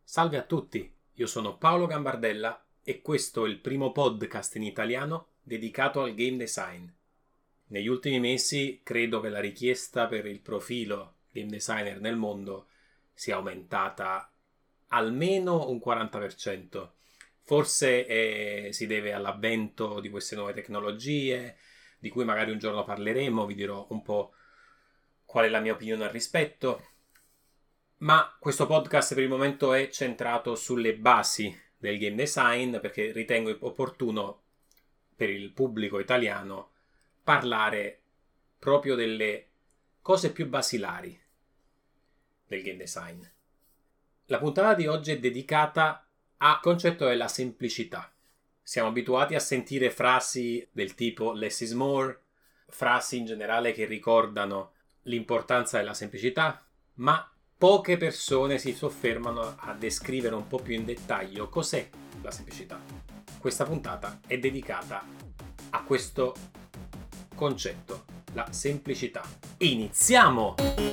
Salve a tutti, io sono Paolo Gambardella e questo è il primo podcast in italiano dedicato al game design. Negli ultimi mesi credo che la richiesta per il profilo game designer nel mondo sia aumentata almeno un 40%. Forse si deve all'avvento di queste nuove tecnologie, di cui magari un giorno parleremo, vi dirò un po' qual è la mia opinione al rispetto. Ma questo podcast per il momento è centrato sulle basi del game design perché ritengo opportuno per il pubblico italiano parlare proprio delle cose più basilari del game design. La puntata di oggi è dedicata al concetto della semplicità. Siamo abituati a sentire frasi del tipo less is more, frasi in generale che ricordano l'importanza della semplicità, ma poche persone si soffermano a descrivere un po' più in dettaglio cos'è la semplicità. Questa puntata è dedicata a questo concetto, la semplicità. Iniziamo!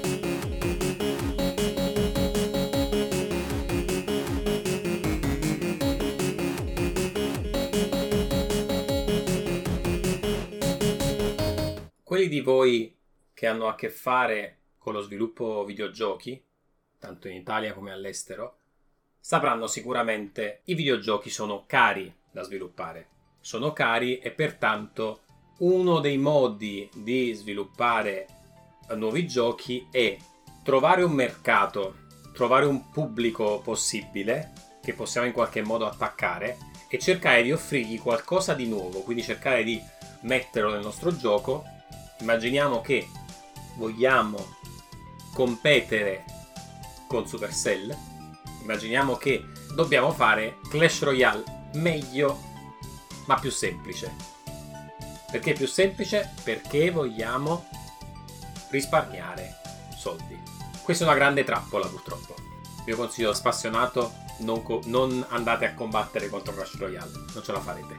Quelli di voi che hanno a che fare con lo sviluppo videogiochi, tanto in Italia come all'estero, sapranno sicuramente che i videogiochi sono cari da sviluppare. Sono cari e pertanto uno dei modi di sviluppare nuovi giochi è trovare un mercato, trovare un pubblico possibile che possiamo in qualche modo attaccare e cercare di offrirgli qualcosa di nuovo, quindi cercare di metterlo nel nostro gioco. Immaginiamo che vogliamo competere con Supercell, immaginiamo che dobbiamo fare Clash Royale meglio ma più semplice. Perché più semplice? Perché vogliamo risparmiare soldi. Questa è una grande trappola, purtroppo. Io consiglio spassionato non andate a combattere contro Clash Royale, non ce la farete.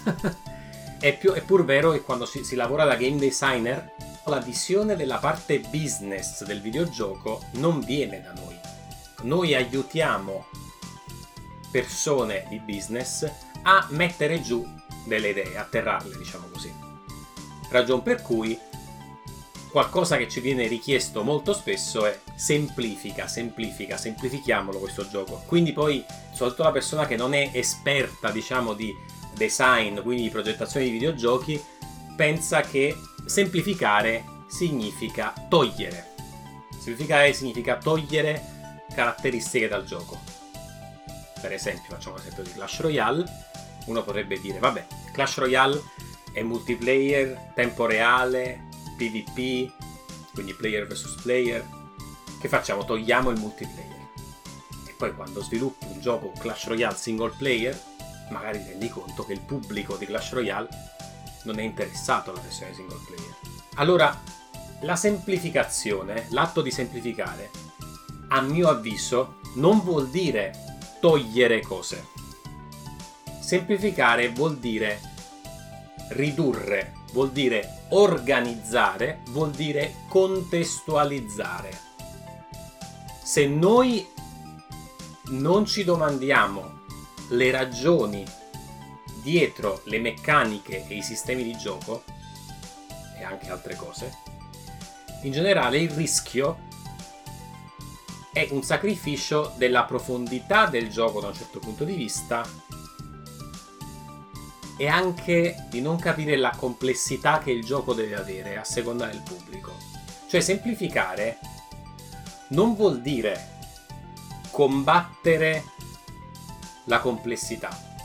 È pur vero che quando si lavora da game designer la visione della parte business del videogioco non viene da noi. Noi aiutiamo persone di business a mettere giù delle idee, atterrarle, diciamo così. Ragion per cui qualcosa che ci viene richiesto molto spesso è semplifichiamolo questo gioco. Quindi poi, soprattutto la persona che non è esperta, diciamo, di design, quindi di progettazione di videogiochi, pensa che semplificare significa togliere. Semplificare significa togliere caratteristiche dal gioco. Per esempio, facciamo l'esempio di Clash Royale. Uno potrebbe dire, vabbè, Clash Royale è multiplayer, tempo reale, PvP, quindi player vs player. Che facciamo? Togliamo il multiplayer. E poi quando sviluppi un gioco Clash Royale single player, magari ti rendi conto che il pubblico di Clash Royale non è interessato alla versione single player. Allora, la semplificazione, l'atto di semplificare, a mio avviso, non vuol dire togliere cose. Semplificare vuol dire ridurre, vuol dire organizzare, vuol dire contestualizzare. Se noi non ci domandiamo le ragioni dietro le meccaniche e i sistemi di gioco e anche altre cose, in generale il rischio è un sacrificio della profondità del gioco da un certo punto di vista e anche di non capire la complessità che il gioco deve avere a seconda del pubblico. Cioè, semplificare non vuol dire combattere la complessità.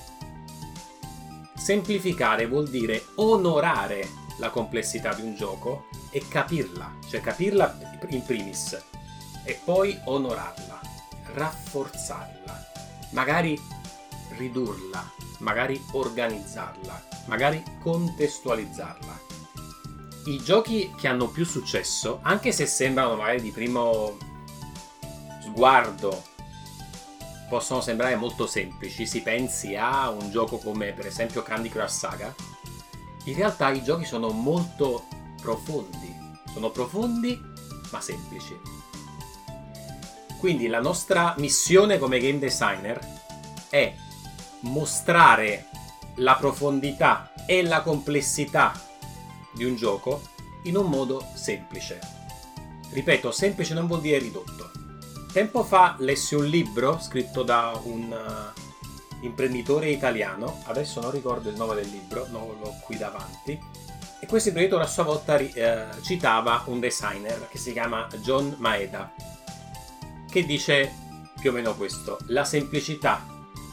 Semplificare vuol dire onorare la complessità di un gioco e capirla, cioè capirla in primis e poi onorarla, rafforzarla, magari ridurla, magari organizzarla, magari contestualizzarla. I giochi che hanno più successo, anche se sembrano magari di primo sguardo possono sembrare molto semplici, si pensi a un gioco come per esempio Candy Crush Saga, in realtà i giochi sono molto profondi ma semplici. Quindi la nostra missione come game designer è mostrare la profondità e la complessità di un gioco in un modo semplice. Ripeto, semplice non vuol dire ridotto. Tempo fa lessi un libro scritto da un imprenditore italiano, adesso non ricordo il nome del libro, non l'ho qui davanti, e questo imprenditore a sua volta citava un designer che si chiama John Maeda, che dice più o meno questo: la semplicità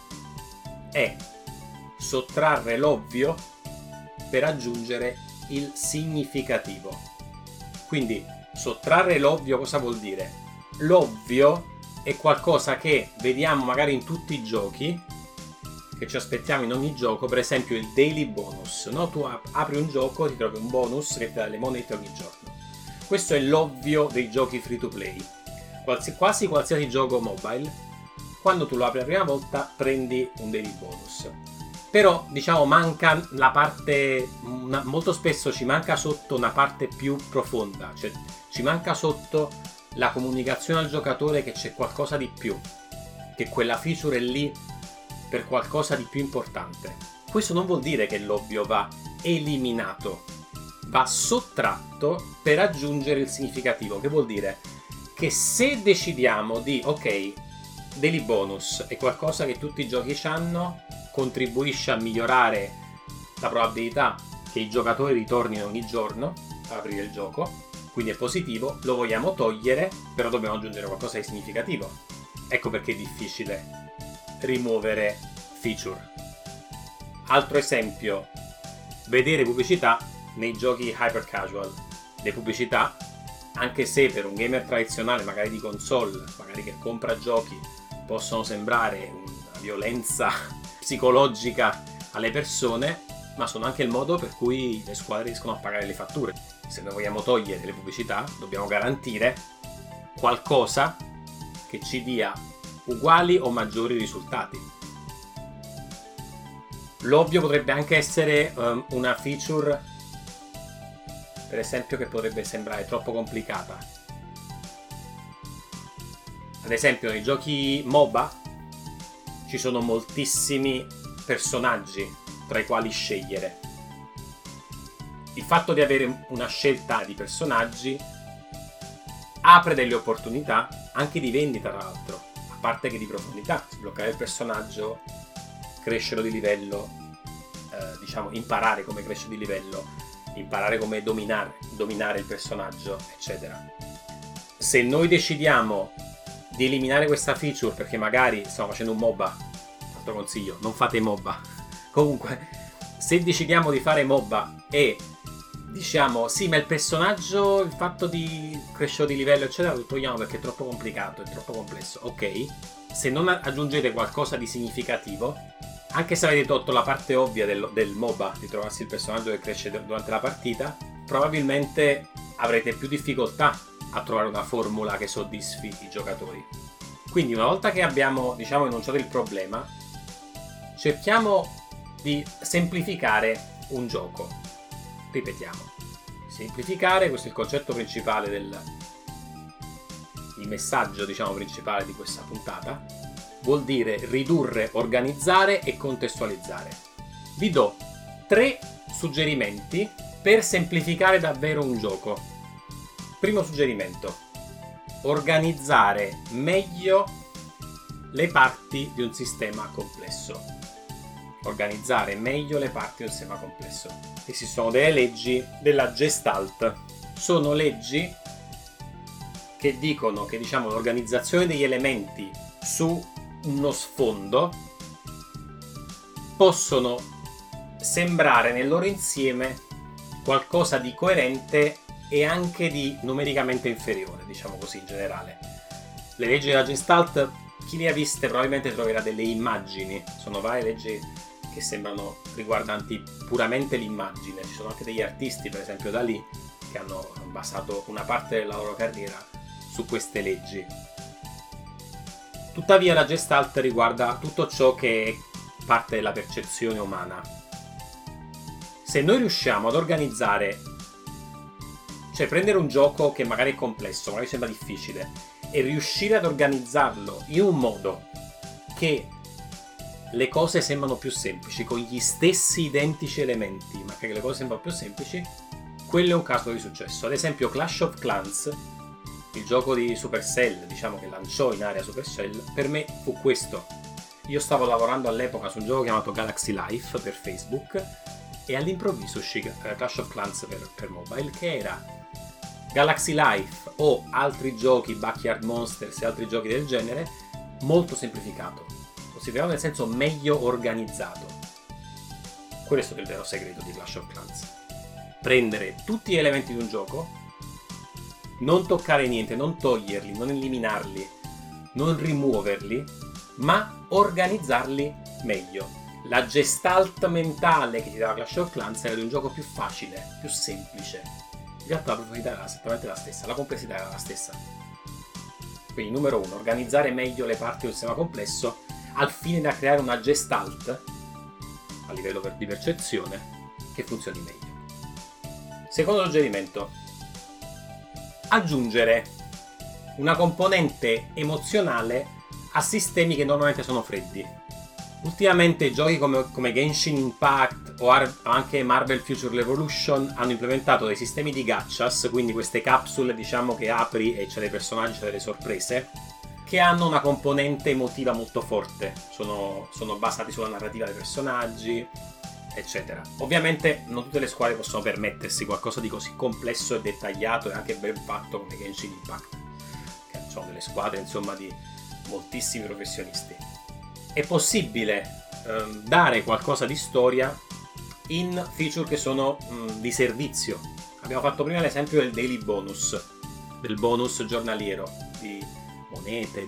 è sottrarre l'ovvio per aggiungere il significativo. Quindi sottrarre l'ovvio cosa vuol dire? L'ovvio è qualcosa che vediamo magari in tutti i giochi, che ci aspettiamo in ogni gioco, per esempio il daily bonus, no? Tu apri un gioco, ti trovi un bonus che ti dà le monete ogni giorno. Questo è l'ovvio dei giochi free to play. Quasi qualsiasi gioco mobile, quando tu lo apri la prima volta prendi un daily bonus. Però diciamo manca la parte, molto spesso ci manca sotto una parte più profonda, cioè ci manca sotto la comunicazione al giocatore che c'è qualcosa di più, che quella feature è lì per qualcosa di più importante. Questo non vuol dire che l'ovvio va eliminato, va sottratto per aggiungere il significativo, che vuol dire che se decidiamo di ok, daily bonus è qualcosa che tutti i giochi hanno, contribuisce a migliorare la probabilità che i giocatori ritornino ogni giorno a aprire il gioco, quindi è positivo, lo vogliamo togliere, però dobbiamo aggiungere qualcosa di significativo. Ecco perché è difficile rimuovere feature. Altro esempio: vedere pubblicità nei giochi hyper casual. Le pubblicità, anche se per un gamer tradizionale, magari di console, magari che compra giochi, possono sembrare una violenza psicologica alle persone, ma sono anche il modo per cui le squadre riescono a pagare le fatture. Se noi vogliamo togliere le pubblicità, dobbiamo garantire qualcosa che ci dia uguali o maggiori risultati. L'ovvio potrebbe anche essere una feature, per esempio, che potrebbe sembrare troppo complicata. Ad esempio, nei giochi MOBA ci sono moltissimi personaggi tra i quali scegliere. Il fatto di avere una scelta di personaggi apre delle opportunità anche di vendita, tra l'altro, a parte che di profondità. Sbloccare il personaggio, crescerlo di livello, diciamo imparare come cresce di livello, imparare come dominare il personaggio, eccetera. Se noi decidiamo di eliminare questa feature perché magari stiamo facendo un MOBA, altro consiglio, non fate MOBA. Comunque, se decidiamo di fare MOBA e diciamo sì, ma il personaggio, il fatto di crescere di livello eccetera lo togliamo perché è troppo complicato, è troppo complesso, ok, se non aggiungete qualcosa di significativo, anche se avete tolto la parte ovvia del MOBA, di trovarsi il personaggio che cresce durante la partita, probabilmente avrete più difficoltà a trovare una formula che soddisfi i giocatori. Quindi una volta che abbiamo, diciamo, enunciato il problema, cerchiamo di semplificare un gioco. Ripetiamo, semplificare, questo è il concetto principale il messaggio, diciamo, principale di questa puntata. Vuol dire ridurre, organizzare e contestualizzare. Vi do 3 suggerimenti per semplificare davvero un gioco. Primo suggerimento: organizzare meglio le parti di un sistema complesso. Organizzare meglio le parti di un sistema complesso. Esistono delle leggi della Gestalt. Sono leggi che dicono che, diciamo, l'organizzazione degli elementi su uno sfondo possono sembrare nel loro insieme qualcosa di coerente e anche di numericamente inferiore, diciamo così, in generale. Le leggi della Gestalt, chi le ha viste probabilmente troverà delle immagini. Sono varie leggi che sembrano riguardanti puramente l'immagine. Ci sono anche degli artisti, per esempio Dalì, che hanno basato una parte della loro carriera su queste leggi. Tuttavia la Gestalt riguarda tutto ciò che è parte della percezione umana. Se noi riusciamo ad organizzare, cioè prendere un gioco che magari è complesso, magari sembra difficile, e riuscire ad organizzarlo in un modo che le cose sembrano più semplici, con gli stessi identici elementi, ma che le cose sembrano più semplici, quello è un caso di successo. Ad esempio Clash of Clans, il gioco di Supercell, diciamo che lanciò in area Supercell, per me fu questo. Io stavo lavorando all'epoca su un gioco chiamato Galaxy Life per Facebook e all'improvviso uscì Clash of Clans per mobile, che era Galaxy Life o altri giochi, Backyard Monsters e altri giochi del genere, molto semplificato, considerato nel senso meglio organizzato. Quello è stato il vero segreto di Clash of Clans: prendere tutti gli elementi di un gioco, non toccare niente, non toglierli, non eliminarli, non rimuoverli, ma organizzarli meglio. La gestalt mentale che ti dava Clash of Clans era di un gioco più facile, più semplice. In realtà la profondità era esattamente la stessa, la complessità era la stessa. Quindi numero 1, organizzare meglio le parti del sistema complesso al fine da creare una gestalt a livello di percezione che funzioni meglio. Secondo suggerimento: aggiungere una componente emozionale a sistemi che normalmente sono freddi. Ultimamente giochi come Genshin Impact o anche Marvel Future Revolution hanno implementato dei sistemi di gachas, quindi queste capsule, diciamo, che apri e c'è dei personaggi, c'è delle sorprese, che hanno una componente emotiva molto forte. Sono basati sulla narrativa dei personaggi, eccetera. Ovviamente non tutte le squadre possono permettersi qualcosa di così complesso e dettagliato e anche ben fatto come Genshin Impact, che sono delle squadre, insomma, di moltissimi professionisti. È possibile dare qualcosa di storia in feature che sono di servizio. Abbiamo fatto prima l'esempio del daily bonus, del bonus giornaliero di monete,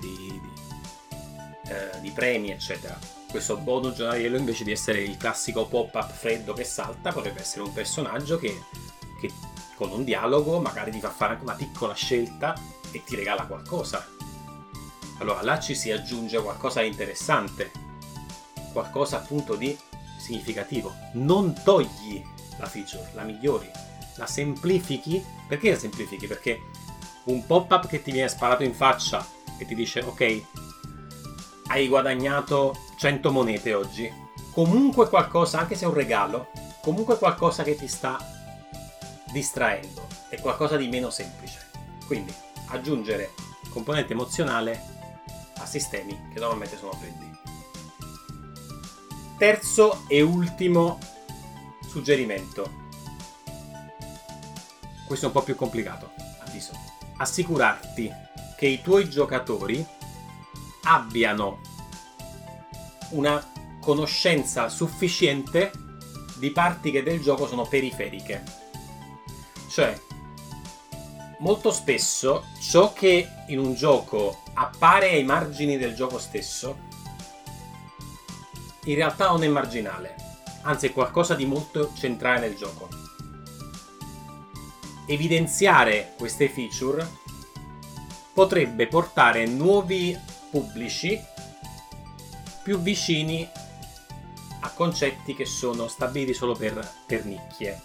di premi, eccetera. Questo bonus giornaliero, invece di essere il classico pop-up freddo che salta, potrebbe essere un personaggio che con un dialogo magari ti fa fare anche una piccola scelta e ti regala qualcosa. Allora là ci si aggiunge qualcosa di interessante, qualcosa appunto di significativo. Non togli la feature, la migliori, la semplifichi. Perché la semplifichi? Perché un pop-up che ti viene sparato in faccia e ti dice ok, hai guadagnato 100 monete oggi, comunque qualcosa, anche se è un regalo, comunque qualcosa che ti sta distraendo, è qualcosa di meno semplice. Quindi aggiungere componente emozionale a sistemi che normalmente sono freddi. Terzo e ultimo suggerimento. Questo è un po' più complicato, avviso. Assicurarti che i tuoi giocatori abbiano una conoscenza sufficiente di parti che del gioco sono periferiche. Cioè, molto spesso ciò che in un gioco appare ai margini del gioco stesso in realtà non è marginale, anzi è qualcosa di molto centrale nel gioco. Evidenziare queste feature potrebbe portare nuovi pubblici più vicini a concetti che sono stabiliti solo per nicchie.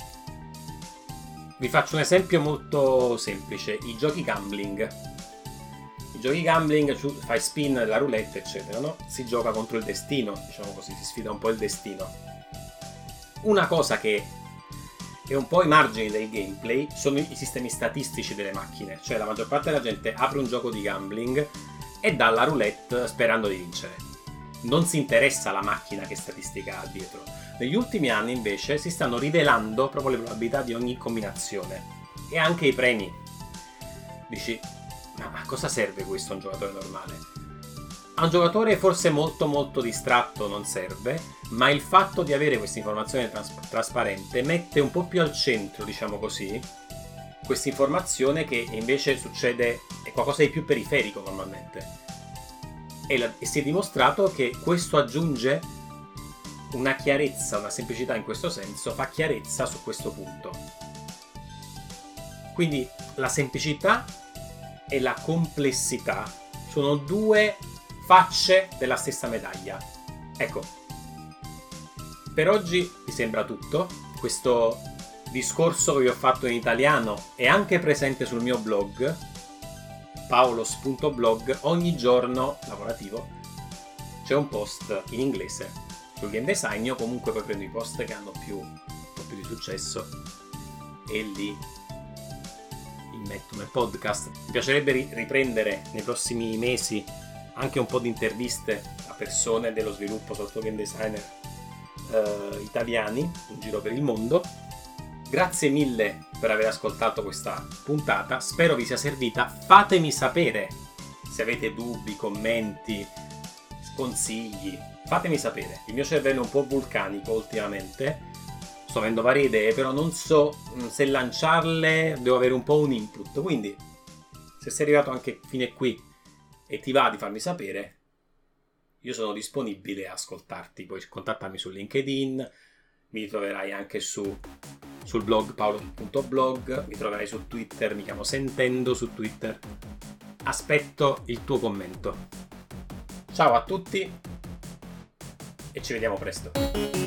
Vi faccio un esempio molto semplice: i giochi gambling. I giochi gambling, fai spin della roulette, eccetera, no? Si gioca contro il destino, diciamo così, si sfida un po' il destino. Una cosa che è un po' ai margini del gameplay sono i sistemi statistici delle macchine. Cioè la maggior parte della gente apre un gioco di gambling e dà la roulette sperando di vincere. Non si interessa la macchina che statistica ha dietro. Negli ultimi anni invece si stanno rivelando proprio le probabilità di ogni combinazione e anche i premi. Dici, ma a cosa serve questo a un giocatore normale? A un giocatore forse molto molto distratto non serve, ma il fatto di avere questa informazione trasparente mette un po' più al centro, diciamo così, questa informazione che invece succede, è qualcosa di più periferico normalmente. E si è dimostrato che questo aggiunge una chiarezza, una semplicità in questo senso, fa chiarezza su questo punto. Quindi la semplicità e la complessità sono due facce della stessa medaglia. Ecco, per oggi mi sembra tutto. Questo discorso che vi ho fatto in italiano è anche presente sul mio blog paulos.blog ogni giorno lavorativo c'è un post in inglese sul game design. Io comunque poi prendo i post che hanno un po' più di successo e li metto nel podcast. Mi piacerebbe riprendere nei prossimi mesi anche un po' di interviste a persone dello sviluppo, soprattutto game designer italiani in giro per il mondo. Grazie mille per aver ascoltato questa puntata, spero vi sia servita. Fatemi sapere se avete dubbi, commenti, consigli, fatemi sapere. Il mio cervello è un po' vulcanico ultimamente, sto avendo varie idee, però non so se lanciarle, devo avere un po' un input, quindi se sei arrivato anche fino a qui e ti va di farmi sapere, io sono disponibile a ascoltarti. Puoi contattarmi su LinkedIn, mi troverai anche sul blog paulos.blog, mi troverai su Twitter, mi chiamo Sentendo su Twitter. Aspetto il tuo commento. Ciao a tutti e ci vediamo presto.